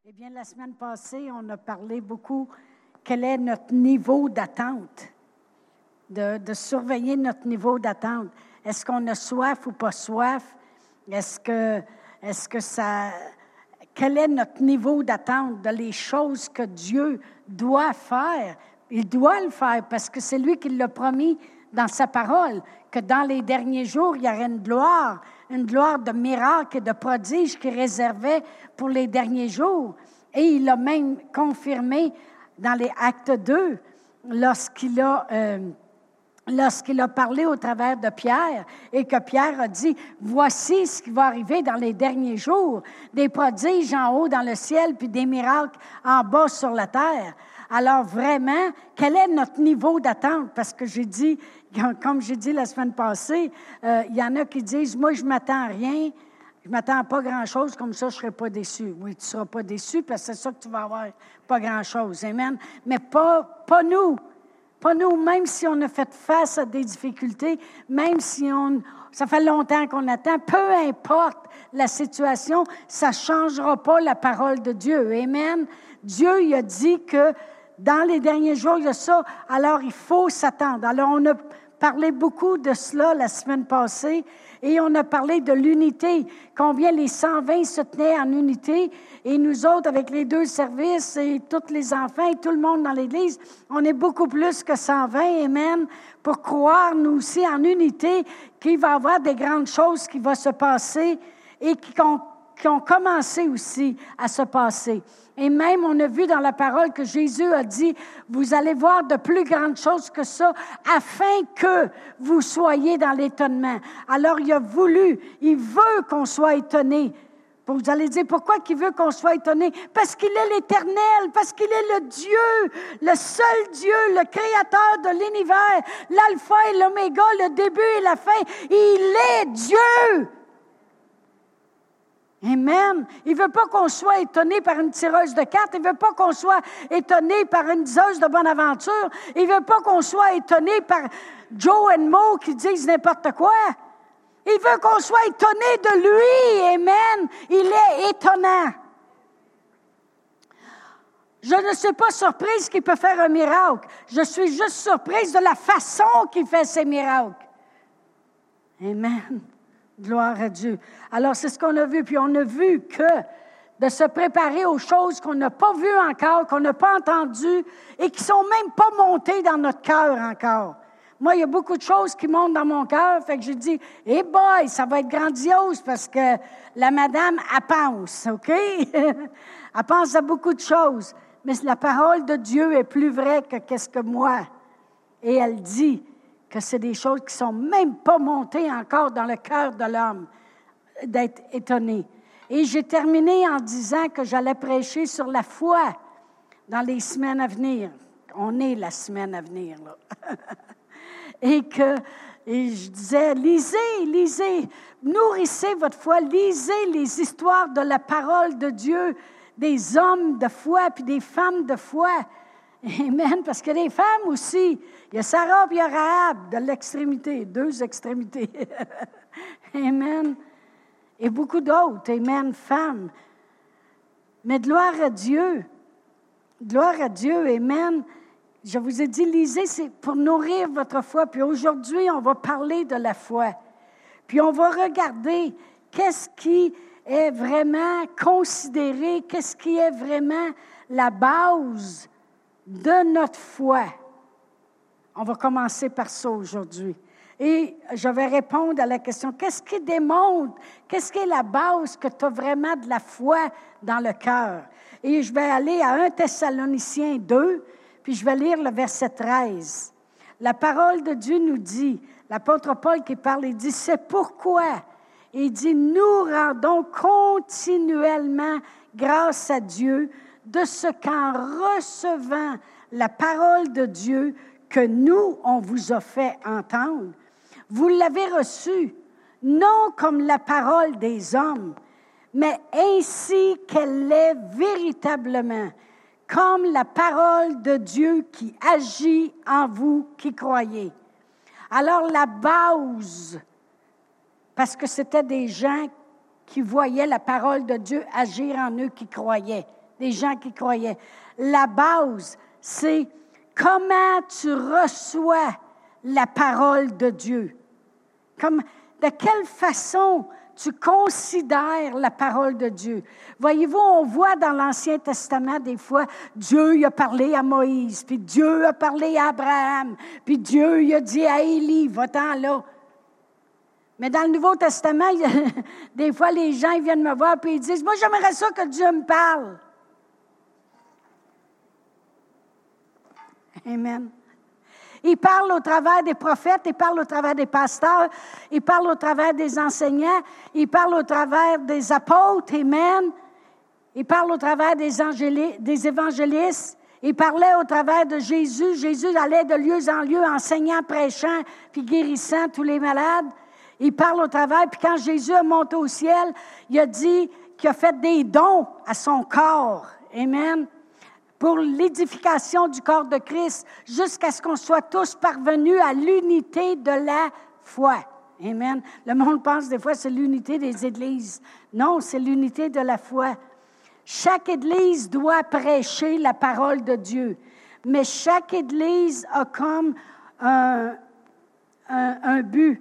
Eh bien, la semaine passée, on a parlé beaucoup quel est notre niveau d'attente, de surveiller notre niveau d'attente. Est-ce qu'on a soif ou pas soif? Quel est notre niveau d'attente de les choses que Dieu doit faire? Il doit le faire parce que c'est lui qui l'a promis dans sa parole, que dans les derniers jours, il y aurait une gloire de miracles et de prodiges qui réservait pour les derniers jours. Et il l'a même confirmé dans les Actes 2, lorsqu'il a parlé au travers de Pierre et que Pierre a dit, voici ce qui va arriver dans les derniers jours, des prodiges en haut dans le ciel puis des miracles en bas sur la terre. Alors vraiment, quel est notre niveau d'attente? Parce que j'ai dit, comme j'ai dit la semaine passée, il y en a qui disent, moi je ne m'attends à rien, je ne m'attends à pas grand-chose, comme ça je ne serai pas déçu. Oui, tu ne seras pas déçu parce que c'est ça que tu vas avoir, pas grand-chose. Amen. Mais pas nous. Pas nous, même si on a fait face à des difficultés, même si ça fait longtemps qu'on attend, peu importe la situation, ça ne changera pas la parole de Dieu. Amen. Dieu, il a dit que dans les derniers jours, il y a ça, alors il faut s'attendre. Alors, on a parlé beaucoup de cela la semaine passée et on a parlé de l'unité, combien les 120 se tenaient en unité et nous autres, avec les 2 services et tous les enfants et tout le monde dans l'Église, on est beaucoup plus que 120, amen, pour croire nous aussi en unité qu'il va y avoir des grandes choses qui vont se passer et qui ont commencé aussi à se passer. Et même, on a vu dans la parole que Jésus a dit, vous allez voir de plus grandes choses que ça, afin que vous soyez dans l'étonnement. Alors, il veut qu'on soit étonné. Vous allez dire, pourquoi qu'il veut qu'on soit étonné? Parce qu'il est l'Éternel, parce qu'il est le Dieu, le seul Dieu, le Créateur de l'univers, l'Alpha et l'Oméga, le début et la fin. Il est Dieu! Amen. Il ne veut pas qu'on soit étonné par une tireuse de cartes. Il ne veut pas qu'on soit étonné par une diseuse de bonne aventure. Il ne veut pas qu'on soit étonné par Joe et Mo qui disent n'importe quoi. Il veut qu'on soit étonné de lui. Amen. Il est étonnant. Je ne suis pas surprise qu'il peut faire un miracle. Je suis juste surprise de la façon qu'il fait ses miracles. Amen. Gloire à Dieu. Alors, c'est ce qu'on a vu. Puis on a vu que de se préparer aux choses qu'on n'a pas vues encore, qu'on n'a pas entendues et qui ne sont même pas montées dans notre cœur encore. Moi, il y a beaucoup de choses qui montent dans mon cœur. Fait que j'ai dit, hey boy, ça va être grandiose parce que la madame, elle pense, OK? Elle pense à beaucoup de choses. Mais la parole de Dieu est plus vraie que qu'est-ce que moi. Et elle dit que c'est des choses qui ne sont même pas montées encore dans le cœur de l'homme, d'être étonné. Et j'ai terminé en disant que j'allais prêcher sur la foi dans les semaines à venir. On est la semaine à venir, là. Et je disais, lisez, nourrissez votre foi, lisez les histoires de la parole de Dieu, des hommes de foi puis des femmes de foi. Amen, parce qu'il y a des femmes aussi. Il y a Sarah et il y a Rahab de l'extrémité, 2 extrémités. Amen. Et beaucoup d'autres, amen, femmes. Mais gloire à Dieu, amen. Je vous ai dit, lisez, c'est pour nourrir votre foi. Puis aujourd'hui, on va parler de la foi. Puis on va regarder qu'est-ce qui est vraiment considéré, qu'est-ce qui est vraiment la base de notre foi. On va commencer par ça aujourd'hui. Et je vais répondre à la question, qu'est-ce qui démontre, qu'est-ce qui est la base que tu as vraiment de la foi dans le cœur? Et je vais aller à 1 Thessaloniciens 2, puis je vais lire le verset 13. La parole de Dieu nous dit, l'apôtre Paul qui parle, il dit, c'est pourquoi, il dit, nous rendons continuellement grâce à Dieu de ce qu'en recevant la parole de Dieu que nous, on vous a fait entendre, vous l'avez reçue, non comme la parole des hommes, mais ainsi qu'elle est véritablement, comme la parole de Dieu qui agit en vous qui croyez. Alors la base, parce que c'était des gens qui voyaient la parole de Dieu agir en eux qui croyaient, des gens qui croyaient. La base, c'est comment tu reçois la parole de Dieu. De quelle façon tu considères la parole de Dieu. Voyez-vous, on voit dans l'Ancien Testament des fois, Dieu il a parlé à Moïse, puis Dieu a parlé à Abraham, puis Dieu il a dit à Élie, va-t'en là. Mais dans le Nouveau Testament, des fois, les gens ils viennent me voir et ils disent, moi, j'aimerais ça que Dieu me parle. Amen. Il parle au travers des prophètes, il parle au travers des pasteurs, il parle au travers des enseignants, il parle au travers des apôtres, amen. Il parle au travers des évangélistes. Il parlait au travers de Jésus. Jésus allait de lieu en lieu, enseignant, prêchant, puis guérissant tous les malades. Il parle au travers, puis quand Jésus est monté au ciel, il a dit qu'il a fait des dons à son corps, amen, pour l'édification du corps de Christ, jusqu'à ce qu'on soit tous parvenus à l'unité de la foi. Amen. Le monde pense des fois que c'est l'unité des églises. Non, c'est l'unité de la foi. Chaque église doit prêcher la parole de Dieu, mais chaque église a comme un but,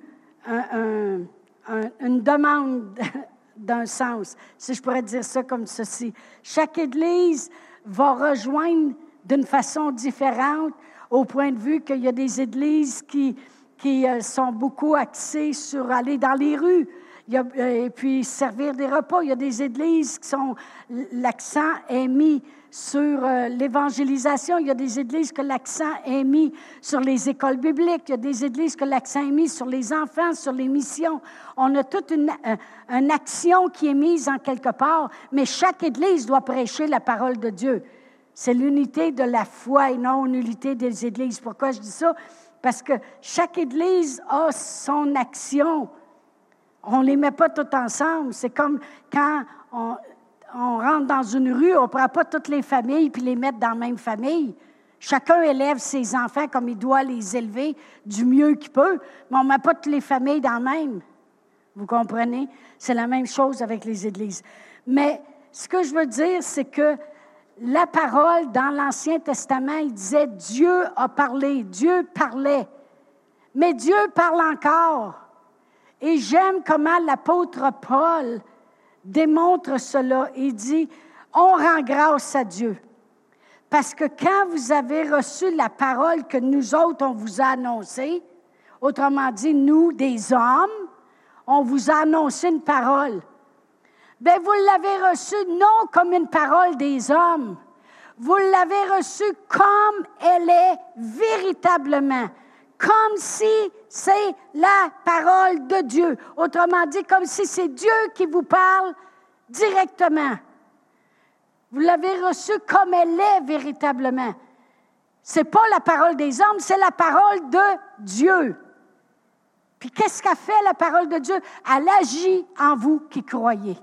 une demande d'un sens, si je pourrais dire ça comme ceci. Chaque église va rejoindre d'une façon différente, au point de vue qu'il y a des églises qui sont beaucoup axées sur aller dans les rues et puis servir des repas. Il y a des églises qui sont, l'accent est mis sur l'évangélisation. Il y a des églises que l'accent est mis sur les écoles bibliques. Il y a des églises que l'accent est mis sur les enfants, sur les missions. On a toute une action qui est mise en quelque part, mais chaque église doit prêcher la parole de Dieu. C'est l'unité de la foi et non l'unité des églises. Pourquoi je dis ça? Parce que chaque église a son action. On ne les met pas toutes ensemble. C'est comme quand on rentre dans une rue, on ne prend pas toutes les familles puis les mettre dans la même famille. Chacun élève ses enfants comme il doit les élever du mieux qu'il peut, mais on ne met pas toutes les familles dans la même. Vous comprenez? C'est la même chose avec les églises. Mais ce que je veux dire, c'est que la parole dans l'Ancien Testament, il disait Dieu a parlé, Dieu parlait. Mais Dieu parle encore. Et j'aime comment l'apôtre Paul démontre cela. Il dit, on rend grâce à Dieu. Parce que quand vous avez reçu la parole que nous autres, on vous a annoncée, autrement dit, nous, des hommes, on vous a annoncé une parole. Bien, vous l'avez reçue non comme une parole des hommes. Vous l'avez reçue comme elle est véritablement. Comme si c'est la parole de Dieu. Autrement dit, comme si c'est Dieu qui vous parle directement. Vous l'avez reçue comme elle est véritablement. Ce n'est pas la parole des hommes, c'est la parole de Dieu. Puis qu'est-ce qu'a fait la parole de Dieu? Elle agit en vous qui croyez.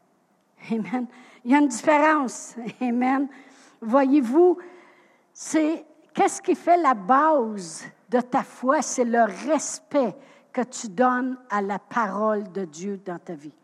Amen. Il y a une différence. Amen. Voyez-vous, qu'est-ce qui fait la base de ta foi? C'est le respect que tu donnes à la parole de Dieu dans ta vie.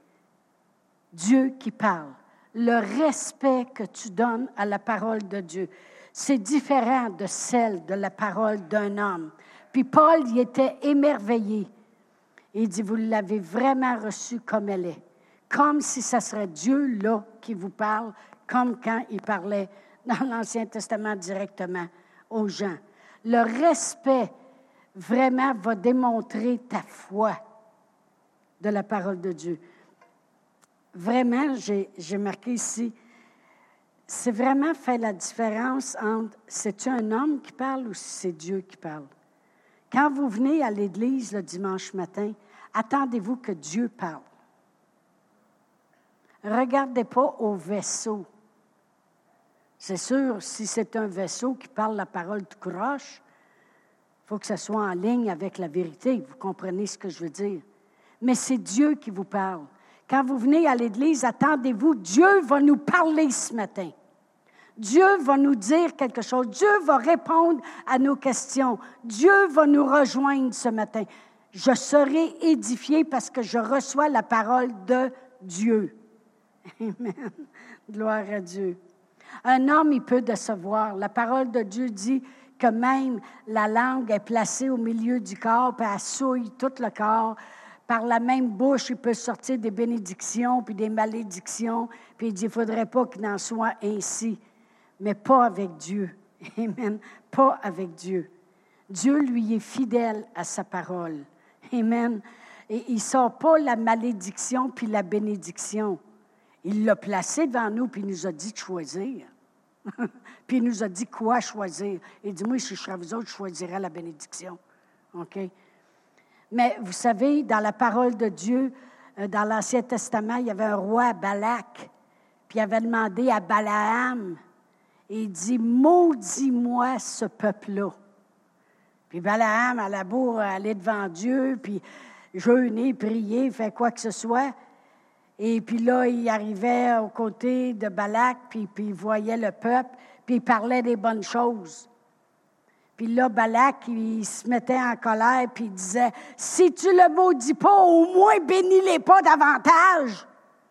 Dieu qui parle. Le respect que tu donnes à la parole de Dieu. C'est différent de celle de la parole d'un homme. Puis Paul y était émerveillé. Il dit, vous l'avez vraiment reçue comme elle est. Comme si ce serait Dieu là qui vous parle, comme quand il parlait dans l'Ancien Testament directement aux gens. Le respect vraiment va démontrer ta foi de la parole de Dieu. Vraiment, j'ai marqué ici, c'est vraiment fait la différence entre c'est-tu un homme qui parle ou si c'est Dieu qui parle. Quand vous venez à l'église le dimanche matin, attendez-vous que Dieu parle. Regardez pas au vaisseau. C'est sûr, si c'est un vaisseau qui parle la parole tout croche, il faut que ça soit en ligne avec la vérité. Vous comprenez ce que je veux dire. Mais c'est Dieu qui vous parle. Quand vous venez à l'église, attendez-vous, Dieu va nous parler ce matin. Dieu va nous dire quelque chose. Dieu va répondre à nos questions. Dieu va nous rejoindre ce matin. Je serai édifié parce que je reçois la parole de Dieu. Amen. Gloire à Dieu. Un homme, il peut décevoir. La parole de Dieu dit que même la langue est placée au milieu du corps, puis elle souille tout le corps. Par la même bouche, il peut sortir des bénédictions puis des malédictions. Puis il dit, il ne faudrait pas qu'il en soit ainsi. Mais pas avec Dieu. Amen. Pas avec Dieu. Dieu, lui, est fidèle à sa parole. Amen. Et il ne sort pas la malédiction puis la bénédiction. Il l'a placé devant nous, puis il nous a dit de choisir. Puis il nous a dit quoi choisir. Il dit, moi, si je serais vous autres, je choisirais la bénédiction. OK? Mais vous savez, dans la parole de Dieu, dans l'Ancien Testament, il y avait un roi, Balak, puis il avait demandé à Balaam, et il dit, maudis-moi ce peuple-là. Puis Balaam, à la bourre, aller devant Dieu, puis jeûner, prier, faire quoi que ce soit. Et puis là, il arrivait aux côtés de Balak, puis il voyait le peuple, puis il parlait des bonnes choses. Puis là, Balak, il se mettait en colère, puis il disait, « Si tu le maudis pas, au moins bénis-les pas davantage. »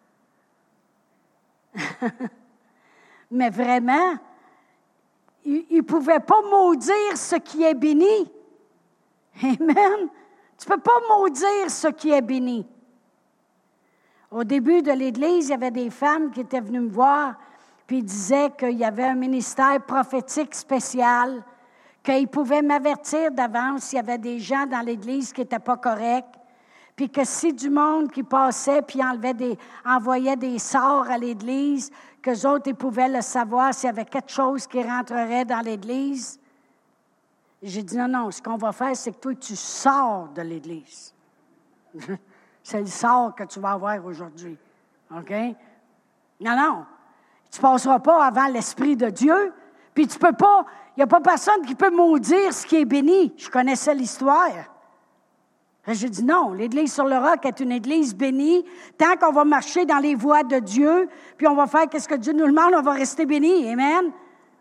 Mais vraiment, il ne pouvait pas maudire ce qui est béni. Amen. Tu ne peux pas maudire ce qui est béni. Au début de l'Église, il y avait des femmes qui étaient venues me voir, puis ils disaient qu'il y avait un ministère prophétique spécial, qu'ils pouvaient m'avertir d'avance s'il y avait des gens dans l'Église qui n'étaient pas corrects, puis que si du monde qui passait puis envoyait des sorts à l'Église, qu'eux autres, ils pouvaient le savoir s'il y avait quelque chose qui rentrerait dans l'Église. J'ai dit, non, ce qu'on va faire, c'est que toi, tu sors de l'Église. C'est le sort que tu vas avoir aujourd'hui. OK? Non. Tu ne passeras pas avant l'Esprit de Dieu, puis tu peux pas, il n'y a pas personne qui peut maudire ce qui est béni. Je connaissais l'histoire. J'ai dit non, l'Église sur le roc est une Église bénie. Tant qu'on va marcher dans les voies de Dieu, puis on va faire ce que Dieu nous demande, on va rester béni. Amen.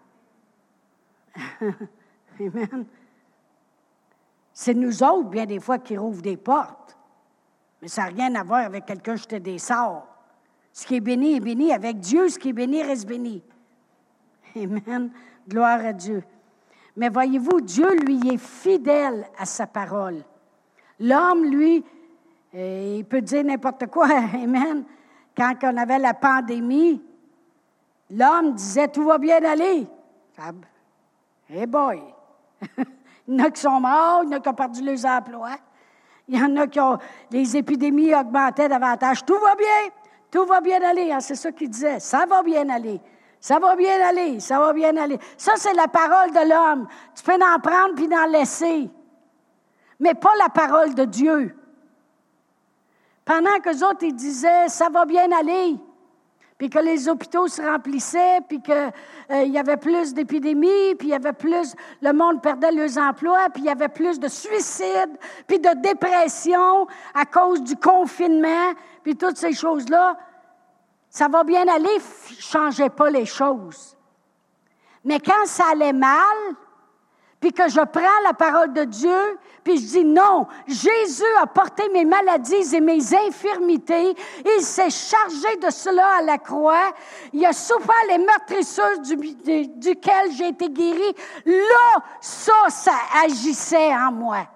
Amen. C'est nous autres, bien des fois, qui rouvrent des portes. Mais ça n'a rien à voir avec quelqu'un qui jetait des sorts. Ce qui est béni avec Dieu. Ce qui est béni reste béni. Amen. Gloire à Dieu. Mais voyez-vous, Dieu, lui, est fidèle à sa parole. L'homme, lui, il peut dire n'importe quoi. Amen. Quand on avait la pandémie, l'homme disait « Tout va bien aller. » Hey boy! Il y en a qui sont morts, il y en a qui ont perdu leurs emplois. Il y en a qui ont... Les épidémies augmentaient davantage. Tout va bien aller. Hein, c'est ça qu'il disait. Ça va bien aller. Ça va bien aller. Ça va bien aller. Ça, c'est la parole de l'homme. Tu peux en prendre puis en laisser. Mais pas la parole de Dieu. Pendant qu'eux autres, ils disaient, ça va bien aller, puis que les hôpitaux se remplissaient, puis qu'il y avait plus d'épidémies, puis il y avait plus, le monde perdait leurs emplois, puis il y avait plus de suicides, puis de dépression à cause du confinement, puis toutes ces choses-là, ça va bien aller, ne changeait pas les choses. Mais quand ça allait mal, puis que je prends la parole de Dieu, puis je dis non, Jésus a porté mes maladies et mes infirmités, il s'est chargé de cela à la croix, il a souffert les meurtrissures duquel j'ai été guéri. Là, ça agissait en moi.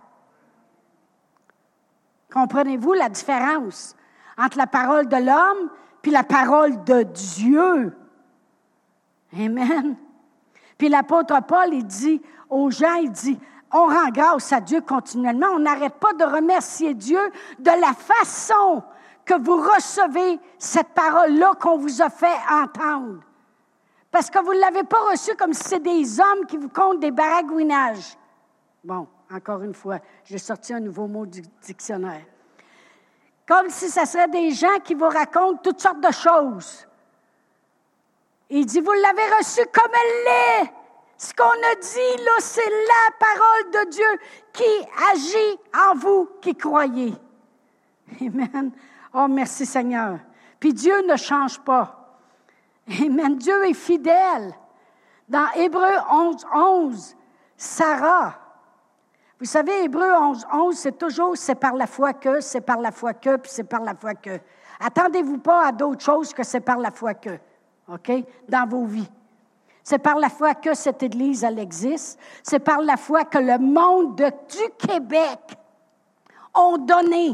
Comprenez-vous la différence entre la parole de l'homme puis la parole de Dieu? Amen. Puis l'apôtre Paul, il dit aux gens, il dit, on rend grâce à Dieu continuellement. On n'arrête pas de remercier Dieu de la façon que vous recevez cette parole-là qu'on vous a fait entendre. Parce que vous ne l'avez pas reçue comme si c'est des hommes qui vous comptent des baragouinages. Bon, encore une fois, j'ai sorti un nouveau mot du dictionnaire. Comme si ça serait des gens qui vous racontent toutes sortes de choses. Il dit, vous l'avez reçu comme elle l'est. Ce qu'on a dit, là, c'est la parole de Dieu qui agit en vous qui croyez. Amen. Oh, merci Seigneur. Puis Dieu ne change pas. Amen. Dieu est fidèle. Dans Hébreux 11, Sarah. Vous savez, Hébreux 11, c'est toujours c'est par la foi que, c'est par la foi que, puis c'est par la foi que. Attendez-vous pas à d'autres choses que c'est par la foi que. OK? Dans vos vies. C'est par la foi que cette Église, elle existe. C'est par la foi que le monde du Québec ont donné.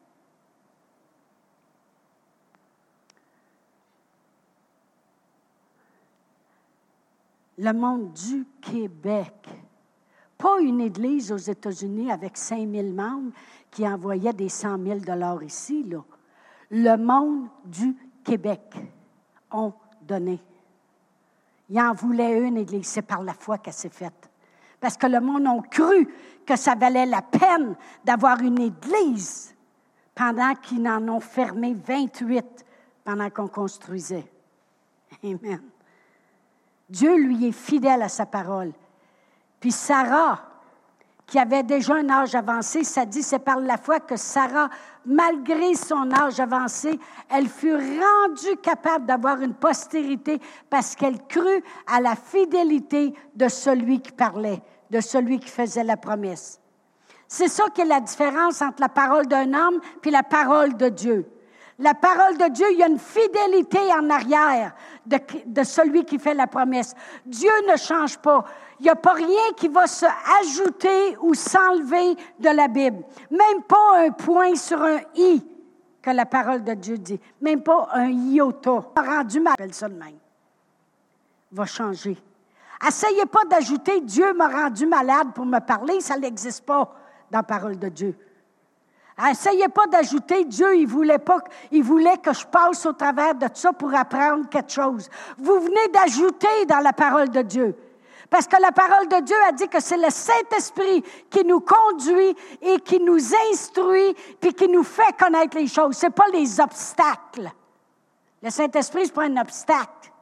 Le monde du Québec. Pas une Église aux États-Unis avec 5000 membres qui envoyait des 100 000 $ ici, là. Le monde du Québec ont donné. Il en voulait une Église. C'est par la foi qu'elle s'est faite. Parce que le monde a cru que ça valait la peine d'avoir une Église pendant qu'ils en ont fermé 28 pendant qu'on construisait. Amen. Dieu lui est fidèle à sa parole. Puis Sarah, qui avait déjà un âge avancé, ça dit, c'est par la foi que Sarah, malgré son âge avancé, elle fut rendue capable d'avoir une postérité parce qu'elle crut à la fidélité de celui qui parlait, de celui qui faisait la promesse. C'est ça qui est la différence entre la parole d'un homme et la parole de Dieu. La parole de Dieu, il y a une fidélité en arrière de celui qui fait la promesse. Dieu ne change pas. Il n'y a pas rien qui va se ajouter ou s'enlever de la Bible. Même pas un point sur un « i » que la parole de Dieu dit. Même pas un iota. Rendu mal, appelle ça de même. Va changer. Essayez pas d'ajouter « Dieu m'a rendu malade pour me parler », ça n'existe pas dans la parole de Dieu. Essayez pas d'ajouter, Dieu, il voulait que je passe au travers de ça pour apprendre quelque chose. Vous venez d'ajouter dans la parole de Dieu. Parce que la parole de Dieu a dit que c'est le Saint-Esprit qui nous conduit et qui nous instruit puis qui nous fait connaître les choses. Ce n'est pas les obstacles. Le Saint-Esprit, ce n'est pas un obstacle.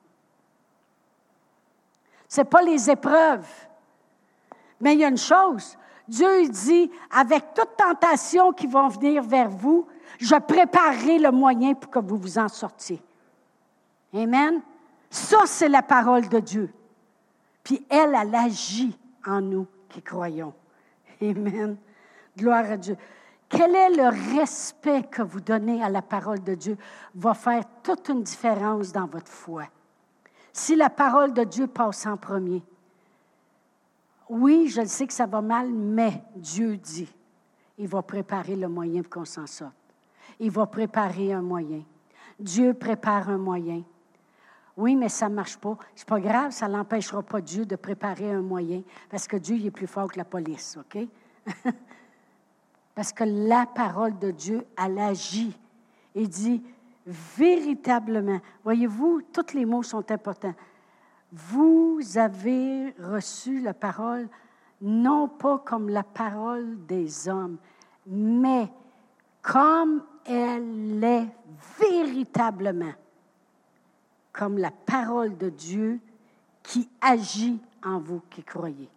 Ce n'est pas les épreuves. Mais il y a une chose. Dieu dit, avec toute tentation qui va venir vers vous, je préparerai le moyen pour que vous vous en sortiez. Amen. Ça, c'est la parole de Dieu. Puis elle agit en nous qui croyons. Amen. Gloire à Dieu. Quel est le respect que vous donnez à la parole de Dieu va faire toute une différence dans votre foi. Si la parole de Dieu passe en premier, oui, je sais que ça va mal, mais Dieu dit, il va préparer le moyen pour qu'on s'en sorte. Il va préparer un moyen. Dieu prépare un moyen. Oui, mais ça ne marche pas. C'est pas grave, ça n'empêchera pas Dieu de préparer un moyen, parce que Dieu il est plus fort que la police, OK? Parce que la parole de Dieu, elle agit. Il dit, véritablement, voyez-vous, tous les mots sont importants. Vous avez reçu la parole, non pas comme la parole des hommes, mais comme elle est véritablement, comme la parole de Dieu qui agit en vous qui croyez.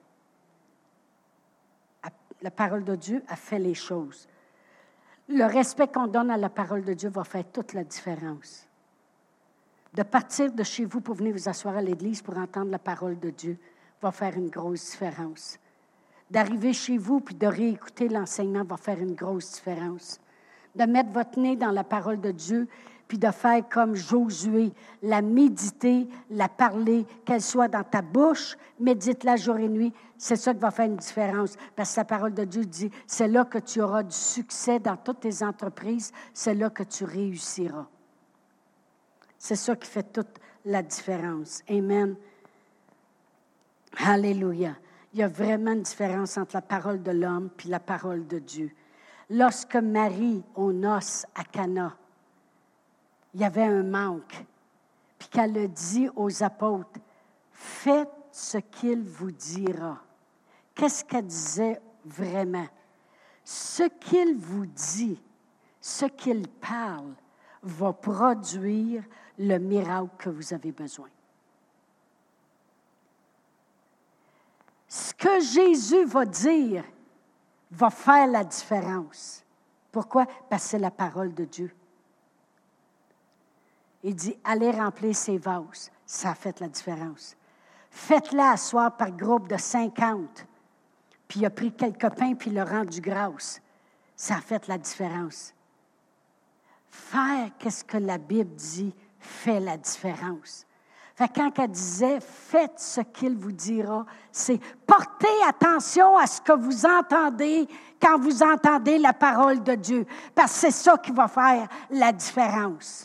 La parole de Dieu a fait les choses. Le respect qu'on donne à la parole de Dieu va faire toute la différence. De partir de chez vous pour venir vous asseoir à l'église pour entendre la parole de Dieu va faire une grosse différence. D'arriver chez vous puis de réécouter l'enseignement va faire une grosse différence. De mettre votre nez dans la parole de Dieu puis de faire comme Josué, la méditer, la parler, qu'elle soit dans ta bouche, médite-la jour et nuit, c'est ça qui va faire une différence. Parce que la parole de Dieu dit, c'est là que tu auras du succès dans toutes tes entreprises, c'est là que tu réussiras. C'est ça qui fait toute la différence. Amen. Alléluia. Il y a vraiment une différence entre la parole de l'homme et la parole de Dieu. Lorsque Marie, aux noces à Cana, il y avait un manque, puis qu'elle a dit aux apôtres, « Faites ce qu'il vous dira. » Qu'est-ce qu'elle disait vraiment? Ce qu'il vous dit, ce qu'il parle, va produire le miracle que vous avez besoin. Ce que Jésus va dire va faire la différence. Pourquoi? Parce que c'est la parole de Dieu. Il dit, allez remplir ces vases. Ça a fait la différence. Faites-la asseoir par groupe de 50. Puis il a pris quelques pains puis il a rendu grâce. Ça a fait la différence. Faire qu'est-ce que la Bible dit fait la différence. Fait que quand elle disait « Faites ce qu'il vous dira », c'est « Portez attention à ce que vous entendez quand vous entendez la parole de Dieu. » Parce que c'est ça qui va faire la différence.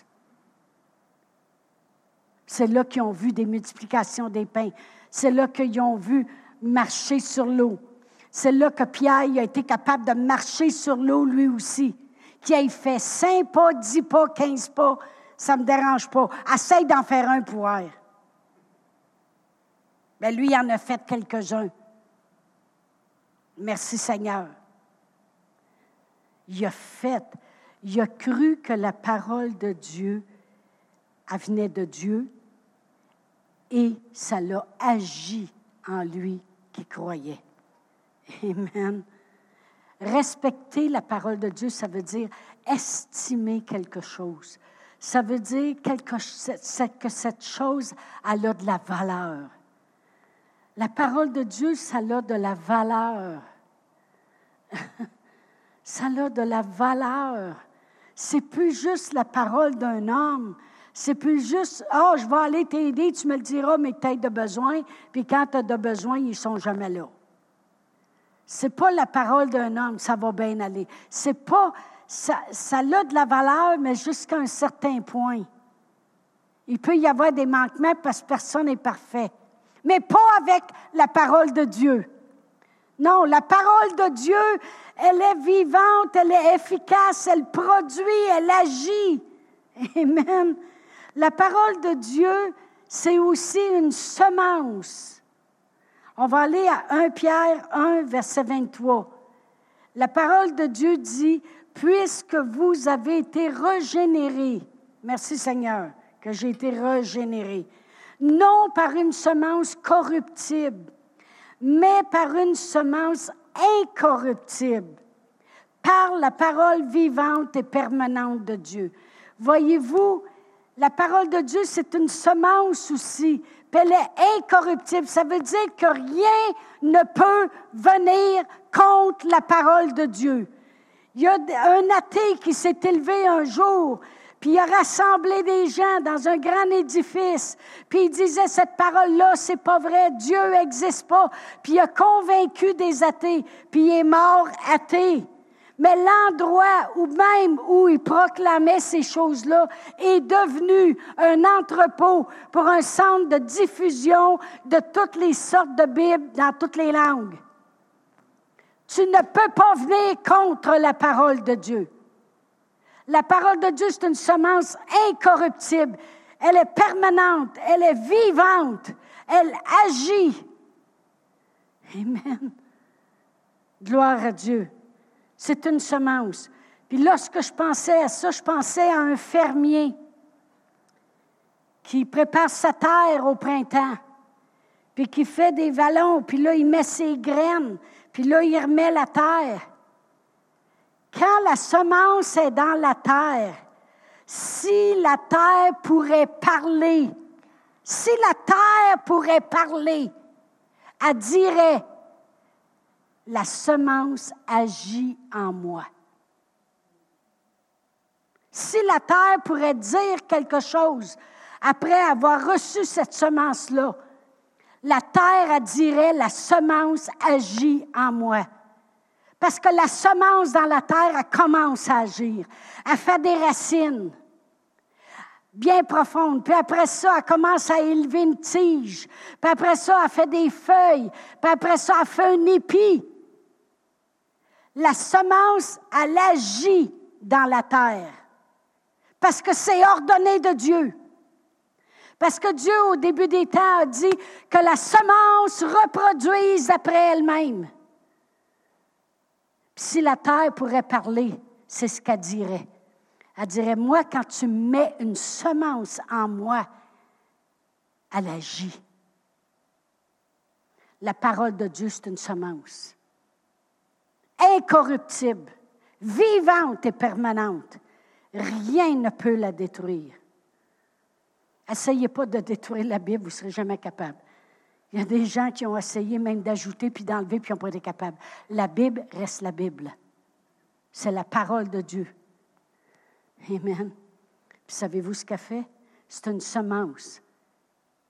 C'est là qu'ils ont vu des multiplications des pains. C'est là qu'ils ont vu marcher sur l'eau. C'est là que Pierre a été capable de marcher sur l'eau lui aussi. Qui ait fait 5 pas, 10 pas, 15 pas, ça ne me dérange pas. Essaye d'en faire un pour voir. Mais lui, il en a fait quelques-uns. Merci Seigneur. Il a cru que la parole de Dieu, elle venait de Dieu et ça l'a agi en lui qui croyait. Amen. Respecter la parole de Dieu, ça veut dire estimer quelque chose. Ça veut dire que cette chose, elle a de la valeur. La parole de Dieu, ça a de la valeur. Ça a de la valeur. C'est plus juste la parole d'un homme. C'est plus juste, « Ah, je vais aller t'aider, tu me le diras, mais tu as de besoin. » Puis quand tu as de besoin, ils ne sont jamais là. C'est pas la parole d'un homme, ça va bien aller. C'est pas, ça a de la valeur, mais jusqu'à un certain point. Il peut y avoir des manquements parce que personne n'est parfait. Mais pas avec la parole de Dieu. Non, la parole de Dieu, elle est vivante, elle est efficace, elle produit, elle agit. Amen. La parole de Dieu, c'est aussi une semence. On va aller à 1 Pierre 1, verset 23. La parole de Dieu dit, « Puisque vous avez été régénérés, merci Seigneur, que j'ai été régénéré, non par une semence corruptible, mais par une semence incorruptible, par la parole vivante et permanente de Dieu. » Voyez-vous, la parole de Dieu, c'est une semence aussi, puis elle est incorruptible. Ça veut dire que rien ne peut venir contre la parole de Dieu. Il y a un athée qui s'est élevé un jour, puis il a rassemblé des gens dans un grand édifice, puis il disait, cette parole-là, c'est pas vrai, Dieu n'existe pas, puis il a convaincu des athées, puis il est mort athée. Mais l'endroit où il proclamait ces choses-là est devenu un entrepôt pour un centre de diffusion de toutes les sortes de Bibles dans toutes les langues. Tu ne peux pas venir contre la parole de Dieu. La parole de Dieu, c'est une semence incorruptible. Elle est permanente, elle est vivante, elle agit. Amen. Gloire à Dieu. C'est une semence. Puis lorsque je pensais à ça, je pensais à un fermier qui prépare sa terre au printemps, puis qui fait des vallons, puis là, il met ses graines, puis là, il remet la terre. Quand la semence est dans la terre, si la terre pourrait parler, elle dirait, la semence agit en moi. Si la terre pourrait dire quelque chose après avoir reçu cette semence-là, la terre, elle dirait, la semence agit en moi. Parce que la semence dans la terre, elle commence à agir. Elle fait des racines bien profondes. Puis après ça, elle commence à élever une tige. Puis après ça, elle fait des feuilles. Puis après ça, elle fait un épi. La semence, elle agit dans la terre. Parce que c'est ordonné de Dieu. Parce que Dieu, au début des temps, a dit que la semence reproduise après elle-même. Puis si la terre pourrait parler, c'est ce qu'elle dirait. Elle dirait, moi, quand tu mets une semence en moi, elle agit. La parole de Dieu, c'est une semence. Incorruptible, vivante et permanente. Rien ne peut la détruire. Essayez pas de détruire la Bible, vous ne serez jamais capable. Il y a des gens qui ont essayé même d'ajouter puis d'enlever puis qui n'ont pas été capables. La Bible reste la Bible. C'est la parole de Dieu. Amen. Puis savez-vous ce qu'elle fait? C'est une semence.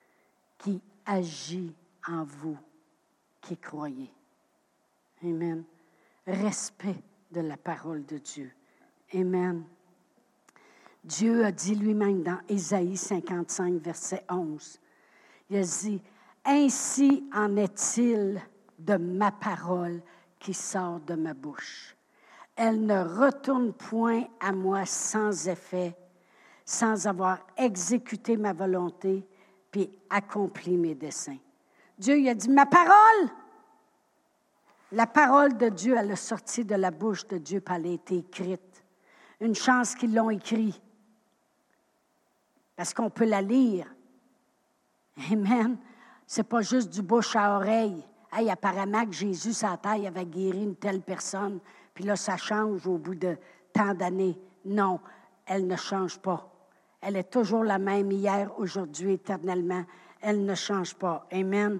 qui agit en vous qui croyez. Amen. Respect de la parole de Dieu. Amen. Dieu a dit lui-même dans Ésaïe 55, verset 11, il a dit, « Ainsi en est-il de ma parole qui sort de ma bouche. Elle ne retourne point à moi sans effet, sans avoir exécuté ma volonté, puis accompli mes desseins. » Dieu il a dit, « Ma parole! » La parole de Dieu, elle est sortie de la bouche de Dieu, puis elle a été écrite. Une chance qu'ils l'ont écrite. Parce qu'on peut la lire. Amen. C'est pas juste du bouche à oreille. Hey, apparemment que Jésus, sa taille, avait guéri une telle personne, puis là, ça change au bout de tant d'années. Non, elle ne change pas. Elle est toujours la même hier, aujourd'hui, éternellement. Elle ne change pas. Amen.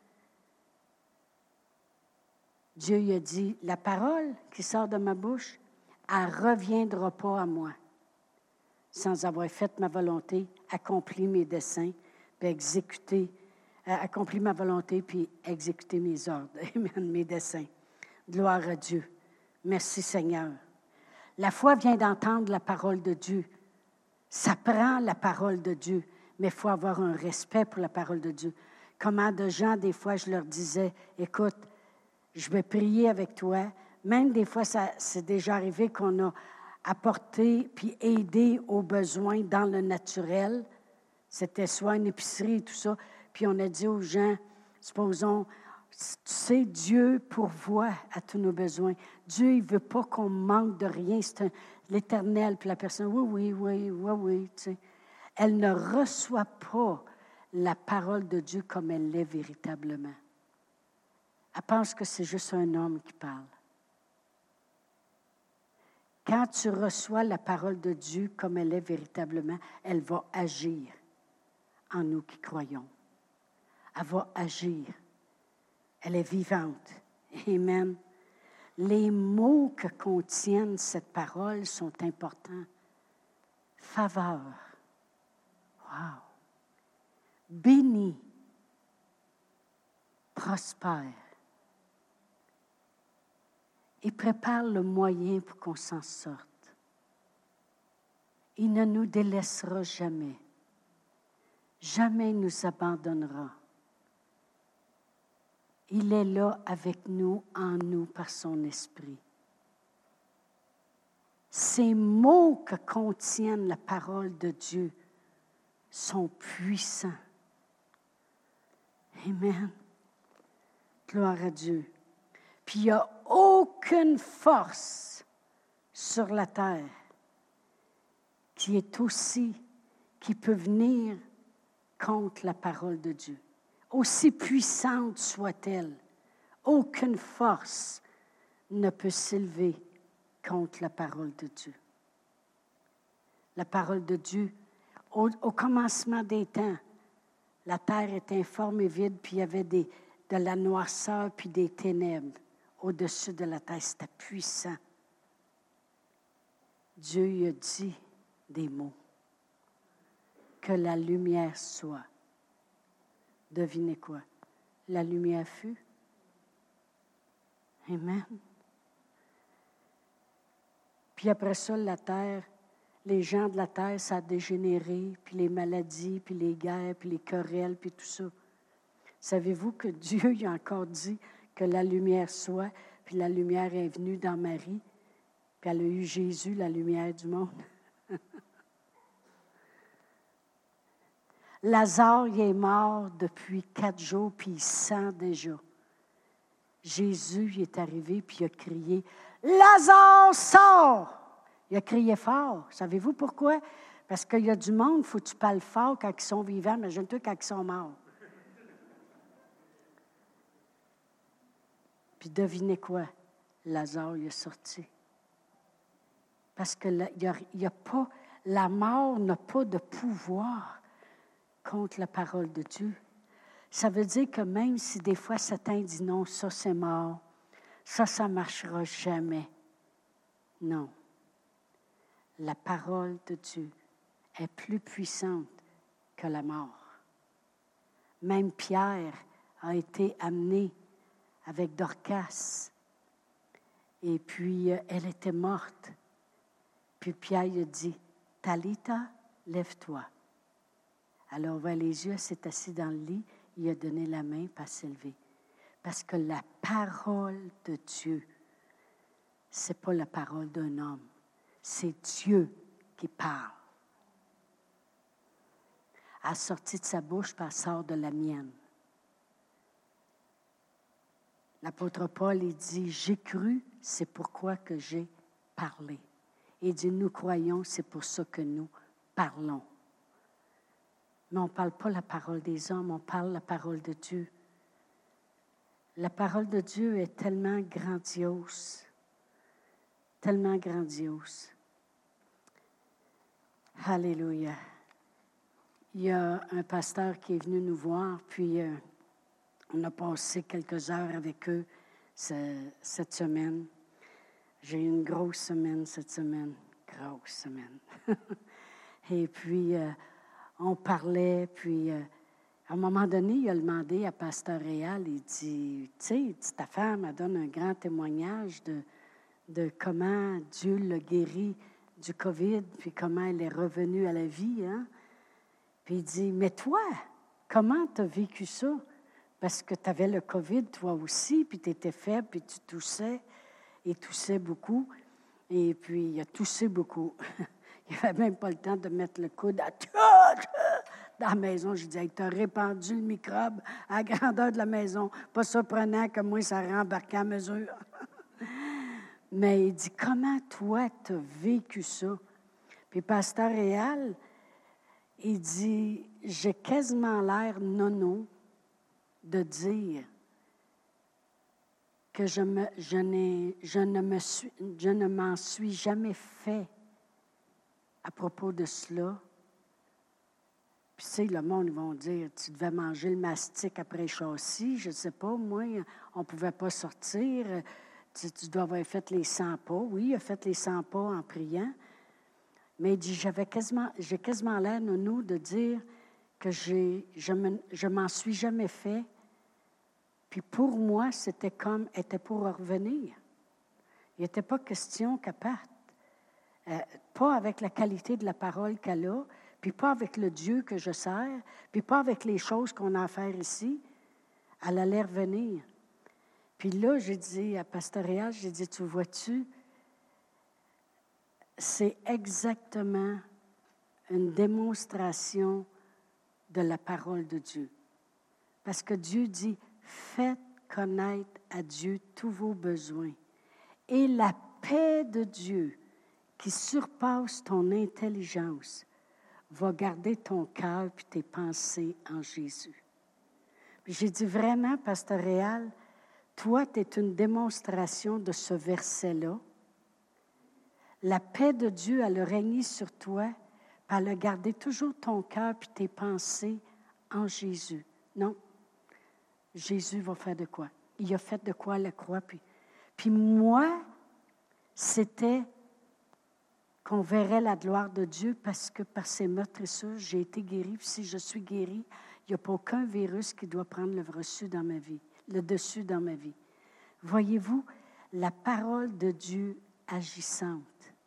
Dieu lui a dit, la parole qui sort de ma bouche, elle ne reviendra pas à moi sans avoir fait ma volonté, accompli mes desseins, puis accompli ma volonté, puis exécuter mes ordres, amen, mes desseins. Gloire à Dieu. Merci Seigneur. La foi vient d'entendre la parole de Dieu. Ça prend la parole de Dieu, mais il faut avoir un respect pour la parole de Dieu. Comment de gens, des fois, je leur disais, écoute, je vais prier avec toi. Même des fois, c'est déjà arrivé qu'on a apporté puis aidé aux besoins dans le naturel. C'était soit une épicerie et tout ça. Puis on a dit aux gens, supposons, tu sais, Dieu pourvoit à tous nos besoins. Dieu, il ne veut pas qu'on manque de rien. C'est l'Éternel. Puis la personne, oui. Tu sais. Elle ne reçoit pas la parole de Dieu comme elle l'est véritablement. Elle pense que c'est juste un homme qui parle. Quand tu reçois la parole de Dieu comme elle est véritablement, elle va agir en nous qui croyons. Elle va agir. Elle est vivante. Amen. Les mots que contiennent cette parole sont importants. Faveur. Wow. Béni. Prospère. Il prépare le moyen pour qu'on s'en sorte. Il ne nous délaissera jamais. Jamais il nous abandonnera. Il est là avec nous, en nous, par son esprit. Ces mots que contiennent la parole de Dieu sont puissants. Amen. Gloire à Dieu. Puis il n'y a aucune force sur la terre qui peut venir contre la parole de Dieu. Aussi puissante soit-elle, aucune force ne peut s'élever contre la parole de Dieu. La parole de Dieu, au commencement des temps, la terre était informe et vide, puis il y avait de la noirceur puis des ténèbres au-dessus de la terre. C'était puissant. Dieu lui a dit des mots. Que la lumière soit. Devinez quoi? La lumière fut. Amen. Puis après ça, la terre, les gens de la terre, ça a dégénéré, puis les maladies, puis les guerres, puis les querelles, puis tout ça. Savez-vous que Dieu il a encore dit que la lumière soit, puis la lumière est venue dans Marie, puis elle a eu Jésus, la lumière du monde. Lazare, il est mort depuis 4 jours, puis il sent déjà. Jésus il est arrivé, puis il a crié, « Lazare, sors! » Il a crié fort. Savez-vous pourquoi? Parce qu'il y a du monde, il faut que tu parles fort quand ils sont vivants, mais imagine-toi quand ils sont morts. Puis devinez quoi? Lazare, il est sorti. Parce que la mort n'a pas de pouvoir contre la parole de Dieu. Ça veut dire que même si des fois Satan dit non, ça c'est mort, ça ne marchera jamais. Non. La parole de Dieu est plus puissante que la mort. Même Pierre a été amené avec Dorcas. Et puis, elle était morte. Puis Pierre lui a dit, « Talita, lève-toi. » Elle a ouvert les yeux, elle s'est assise dans le lit, il a donné la main, puis elle s'est levée. Parce que la parole de Dieu, ce n'est pas la parole d'un homme, c'est Dieu qui parle. Elle a sorti de sa bouche, puis elle sort de la mienne. L'apôtre Paul, il dit, « J'ai cru, c'est pourquoi que j'ai parlé. » Il dit, « Nous croyons, c'est pour ça que nous parlons. » Mais on ne parle pas la parole des hommes, on parle la parole de Dieu. La parole de Dieu est tellement grandiose, tellement grandiose. Alléluia. Il y a un pasteur qui est venu nous voir, puis on a passé quelques heures avec eux cette semaine. J'ai eu une grosse semaine cette semaine, grosse semaine. Et puis, on parlait, puis à un moment donné, il a demandé à Pasteur Réal, il dit, « Tu sais, ta femme, elle donne un grand témoignage de comment Dieu l'a guéri du COVID, puis comment elle est revenue à la vie. Hein? » Puis il dit, « Mais toi, comment tu as vécu ça? Parce que tu avais le COVID, toi aussi, puis tu étais faible, puis tu toussais, et toussait beaucoup. Et puis, il a toussé beaucoup. Il n'avait même pas le temps de mettre le coude dans la maison. Je disais, tu as répandu le microbe à la grandeur de la maison. Pas surprenant que moi, ça rembarquait à mesure. Mais il dit, comment toi, tu as vécu ça? Puis, Pasteur Réal, il dit, j'ai quasiment l'air nono de dire que je ne m'en suis jamais fait à propos de cela. Puis, tu sais, le monde, ils vont dire, tu devais manger le mastic après le châssis, je ne sais pas, moi, on ne pouvait pas sortir, tu dois avoir fait les 100 pas. Oui, il a fait les 100 pas en priant, mais il dit, j'ai quasiment l'air, nono, de dire que je m'en suis jamais fait. Puis pour moi, était pour revenir. Il n'était pas question qu'elle parte. Pas avec la qualité de la parole qu'elle a, puis pas avec le Dieu que je sers, puis pas avec les choses qu'on a à faire ici. Elle allait revenir. Puis là, j'ai dit à Pasteur Réal, j'ai dit, tu vois-tu, c'est exactement une démonstration de la parole de Dieu. Parce que Dieu dit, faites connaître à Dieu tous vos besoins. Et la paix de Dieu, qui surpasse ton intelligence, va garder ton cœur et tes pensées en Jésus. Puis j'ai dit vraiment, Pasteur Réal, toi, tu es une démonstration de ce verset-là. La paix de Dieu, elle a régné sur toi, puis elle a gardé toujours ton cœur et tes pensées en Jésus. Non. Jésus va faire de quoi? Il a fait de quoi à la croix? Puis moi, c'était qu'on verrait la gloire de Dieu parce que par ses meurtrissures, j'ai été guérie. Puis si je suis guérie, il n'y a pas aucun virus qui doit prendre le dessus dans ma vie. Voyez-vous, la parole de Dieu agissante.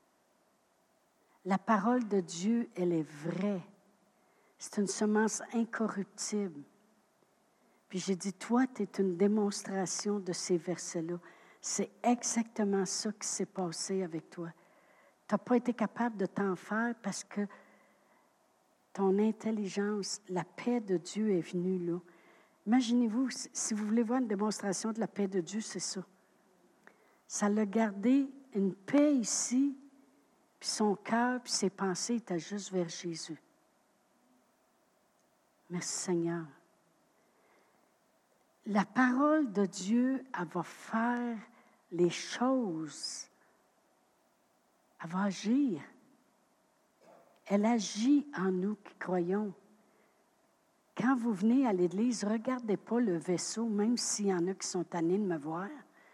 La parole de Dieu, elle est vraie. C'est une semence incorruptible. Puis j'ai dit, toi, tu es une démonstration de ces versets-là. C'est exactement ça qui s'est passé avec toi. Tu n'as pas été capable de t'en faire parce que ton intelligence, la paix de Dieu est venue là. Imaginez-vous, si vous voulez voir une démonstration de la paix de Dieu, c'est ça. Ça l'a gardé une paix ici, puis son cœur, puis ses pensées étaient juste vers Jésus. Merci Seigneur. La parole de Dieu, elle va faire les choses. Elle va agir. Elle agit en nous qui croyons. Quand vous venez à l'Église, ne regardez pas le vaisseau, même s'il y en a qui sont tannés de me voir.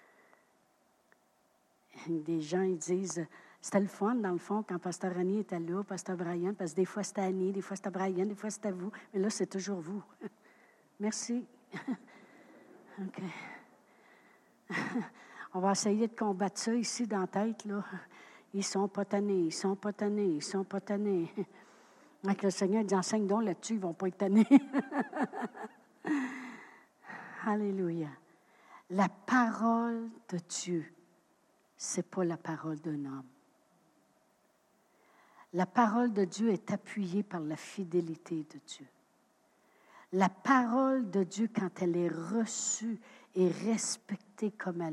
Des gens, ils disent, c'était le fun, dans le fond, quand Pasteur Annie était là, Pasteur Brian, parce que des fois c'était Annie, des fois c'était Brian, des fois c'était vous, mais là, c'est toujours vous. Merci. OK. On va essayer de combattre ça ici dans la tête, là. Ils sont pas tannés, ils sont pas tannés, ils sont pas tannés. Donc, le Seigneur dit, enseigne donc là-dessus, ils ne vont pas être tannés. Alléluia. La parole de Dieu, ce n'est pas la parole d'un homme. La parole de Dieu est appuyée par la fidélité de Dieu. La parole de Dieu, quand elle est reçue et respectée comme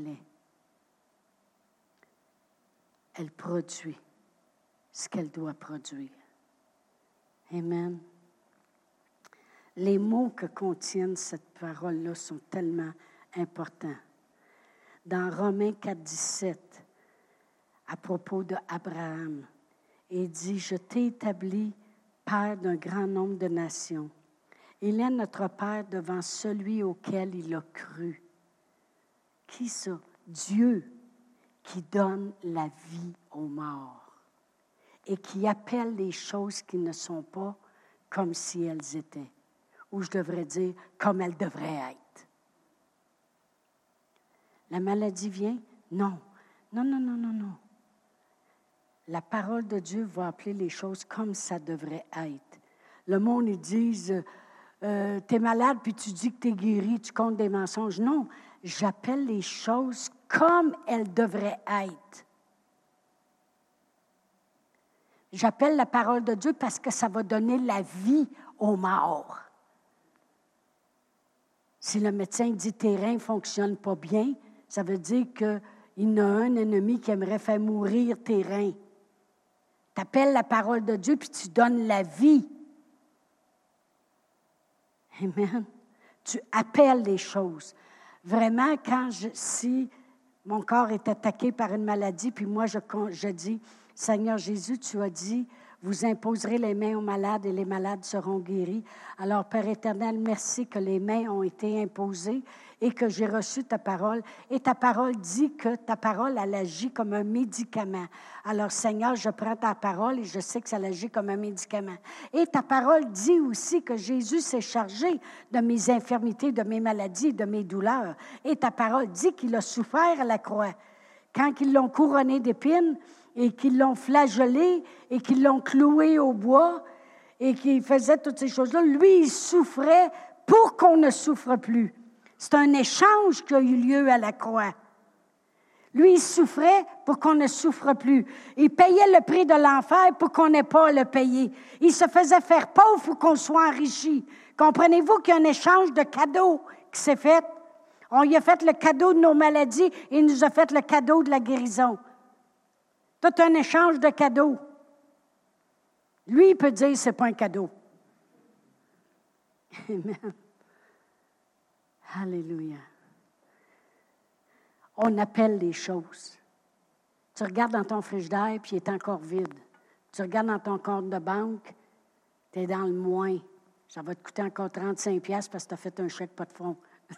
elle produit ce qu'elle doit produire. Amen. Les mots que contiennent cette parole-là sont tellement importants. Dans Romains 4, 17, à propos d'Abraham, il dit, « Je t'ai établi père d'un grand nombre de nations. » Il est notre Père devant celui auquel il a cru. Qui ça? Dieu qui donne la vie aux morts et qui appelle les choses qui ne sont pas comme si elles étaient. Ou je devrais dire comme elles devraient être. La maladie vient? Non. Non, non, non, non, non. La parole de Dieu va appeler les choses comme ça devrait être. Le monde, ils disent, t'es malade, puis tu dis que t'es guéri, tu comptes des mensonges. Non, j'appelle les choses comme elles devraient être. J'appelle la parole de Dieu parce que ça va donner la vie aux morts. Si le médecin dit tes reins ne fonctionnent pas bien, ça veut dire qu'il y a un ennemi qui aimerait faire mourir tes reins. Tu appelles la parole de Dieu puis tu donnes la vie. Amen. Tu appelles les choses. Vraiment, si mon corps est attaqué par une maladie, puis moi je dis, Seigneur Jésus, tu as dit, vous imposerez les mains aux malades et les malades seront guéris. Alors, Père éternel, merci que les mains ont été imposées et que j'ai reçu ta parole. Et ta parole dit que ta parole, elle agit comme un médicament. Alors, Seigneur, je prends ta parole et je sais que ça agit comme un médicament. Et ta parole dit aussi que Jésus s'est chargé de mes infirmités, de mes maladies, de mes douleurs. Et ta parole dit qu'il a souffert à la croix. Quand ils l'ont couronné d'épines, et qu'ils l'ont flagellé et qu'ils l'ont cloué au bois et qu'il faisait toutes ces choses-là, lui, il souffrait pour qu'on ne souffre plus. C'est un échange qui a eu lieu à la croix. Lui, il souffrait pour qu'on ne souffre plus. Il payait le prix de l'enfer pour qu'on n'ait pas à le payer. Il se faisait faire pauvre pour qu'on soit enrichi. Comprenez-vous qu'il y a un échange de cadeaux qui s'est fait? On lui a fait le cadeau de nos maladies et il nous a fait le cadeau de la guérison. Tout un échange de cadeaux. Lui, il peut dire que ce n'est pas un cadeau. Amen. Alléluia. On appelle les choses. Tu regardes dans ton frigidaire, puis il est encore vide. Tu regardes dans ton compte de banque, tu es dans le moins. Ça va te coûter encore 35$ parce que tu as fait un chèque pas de fonds.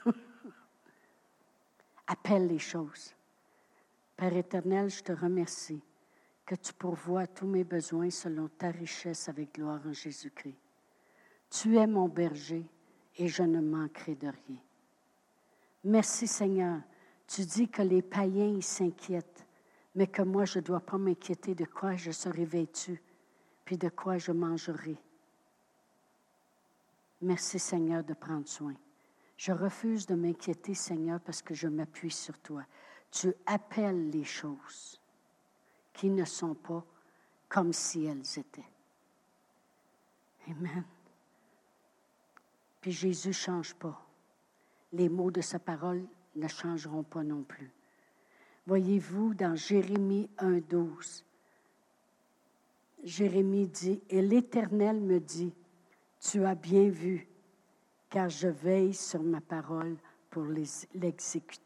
Appelle les choses. Père éternel, je te remercie que tu pourvoies tous mes besoins selon ta richesse avec gloire en Jésus-Christ. Tu es mon berger et je ne manquerai de rien. Merci Seigneur. Tu dis que les païens, ils s'inquiètent, mais que moi, je ne dois pas m'inquiéter de quoi je serai vêtu, puis de quoi je mangerai. Merci Seigneur de prendre soin. Je refuse de m'inquiéter Seigneur parce que je m'appuie sur toi. Tu appelles les choses qui ne sont pas comme si elles étaient. Amen. Puis Jésus ne change pas. Les mots de sa parole ne changeront pas non plus. Voyez-vous, dans Jérémie 1,12, Jérémie dit, « Et l'Éternel me dit, tu as bien vu, car je veille sur ma parole pour l'exécuter. »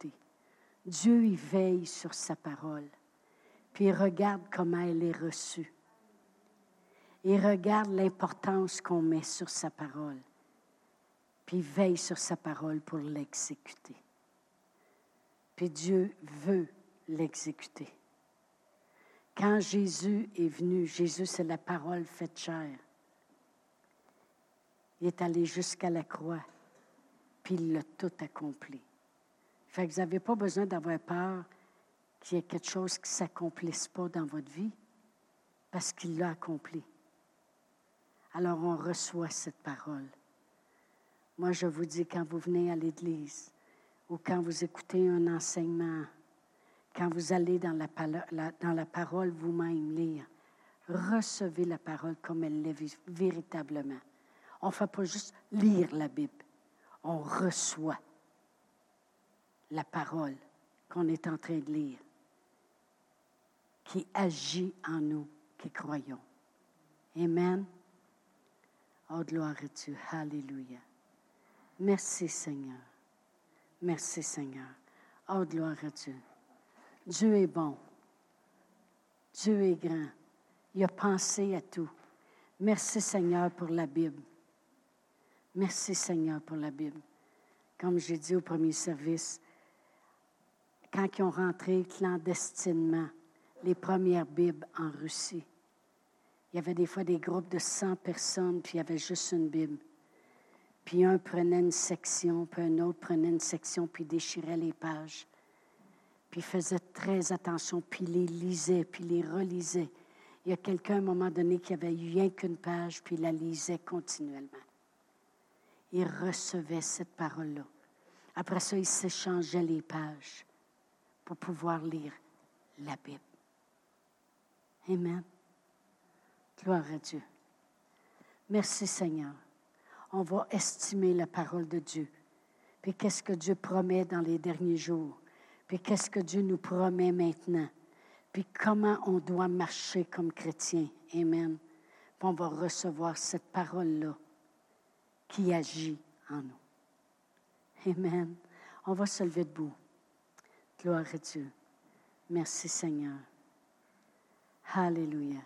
Dieu, il veille sur sa parole. Puis il regarde comment elle est reçue. Il regarde l'importance qu'on met sur sa parole. Puis il veille sur sa parole pour l'exécuter. Puis Dieu veut l'exécuter. Quand Jésus est venu, Jésus, c'est la parole faite chair. Il est allé jusqu'à la croix. puis il l'a tout accompli. Fait que vous n'avez pas besoin d'avoir peur qu'il y ait quelque chose qui ne s'accomplisse pas dans votre vie, parce qu'il l'a accompli. Alors, on reçoit cette parole. Moi, je vous dis, quand vous venez à l'Église, ou quand vous écoutez un enseignement, quand vous allez dans la parole vous-même lire, recevez la parole comme elle l'est véritablement. On ne fait pas juste lire la Bible. On reçoit la parole qu'on est en train de lire, qui agit en nous, qui croyons. Amen. Oh, gloire à Dieu. Alléluia. Merci, Seigneur. Merci, Seigneur. Oh, gloire à Dieu. Dieu est bon. Dieu est grand. Il a pensé à tout. Merci, Seigneur, pour la Bible. Merci, Seigneur, pour la Bible. Comme j'ai dit au premier service, quand ils ont rentré clandestinement les premières Bibles en Russie, il y avait des fois des groupes de 100 personnes, puis il y avait juste une Bible. Puis un prenait une section, puis un autre prenait une section, puis déchirait les pages. Puis il faisait très attention, puis il les lisait, puis il les relisait. Il y a quelqu'un, à un moment donné, qui avait eu rien qu'une page, puis il la lisait continuellement. Il recevait cette parole-là. Après ça, il s'échangeait les pages pour pouvoir lire la Bible. Amen. Gloire à Dieu. Merci, Seigneur. On va estimer la parole de Dieu. Puis qu'est-ce que Dieu promet dans les derniers jours. Puis qu'est-ce que Dieu nous promet maintenant. Puis comment on doit marcher comme chrétien. Amen. Puis on va recevoir cette parole-là qui agit en nous. Amen. On va se lever debout. Gloire à Dieu. Merci, Seigneur. Alléluia.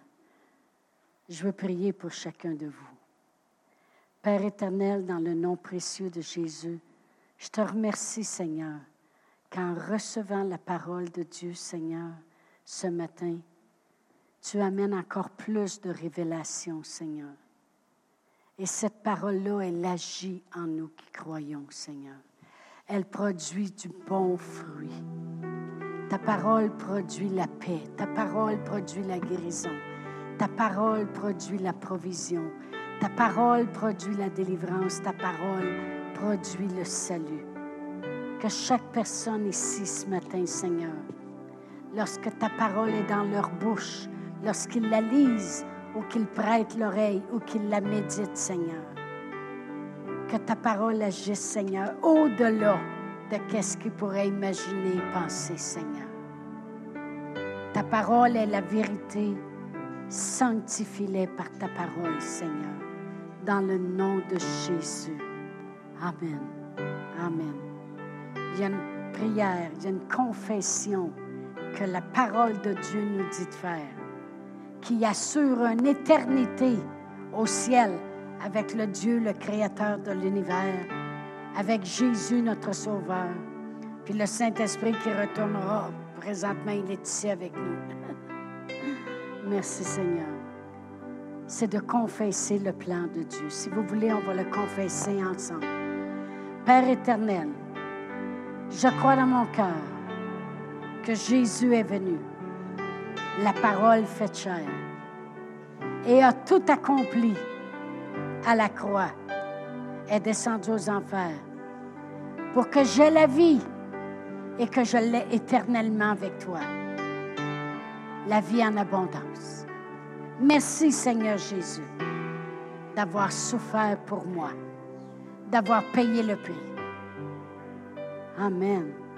Je veux prier pour chacun de vous. Père éternel, dans le nom précieux de Jésus, je te remercie, Seigneur, qu'en recevant la parole de Dieu, Seigneur, ce matin, tu amènes encore plus de révélations, Seigneur. Et cette parole-là, elle agit en nous qui croyons, Seigneur. Elle produit du bon fruit. Ta parole produit la paix. Ta parole produit la guérison. Ta parole produit la provision. Ta parole produit la délivrance. Ta parole produit le salut. Que chaque personne ici ce matin, Seigneur, lorsque ta parole est dans leur bouche, lorsqu'ils la lisent ou qu'ils prêtent l'oreille ou qu'ils la méditent, Seigneur, que ta parole agisse, Seigneur, au-delà de qu'est-ce qu'ils pourraient imaginer et penser, Seigneur. Ta parole est la vérité. Sanctifie-les par ta parole, Seigneur, dans le nom de Jésus. Amen. Amen. Il y a une prière, il y a une confession que la parole de Dieu nous dit de faire, qui assure une éternité au ciel avec le Dieu, le Créateur de l'univers, avec Jésus, notre Sauveur, puis le Saint-Esprit qui retournera. Présentement, il est ici avec nous. Merci, Seigneur. C'est de confesser le plan de Dieu. Si vous voulez, on va le confesser ensemble. Père éternel, je crois dans mon cœur que Jésus est venu, la parole faite chair, et a tout accompli à la croix, est descendu aux enfers pour que j'aie la vie et que je l'ai éternellement avec toi. La vie en abondance. Merci, Seigneur Jésus, d'avoir souffert pour moi, d'avoir payé le prix. Amen.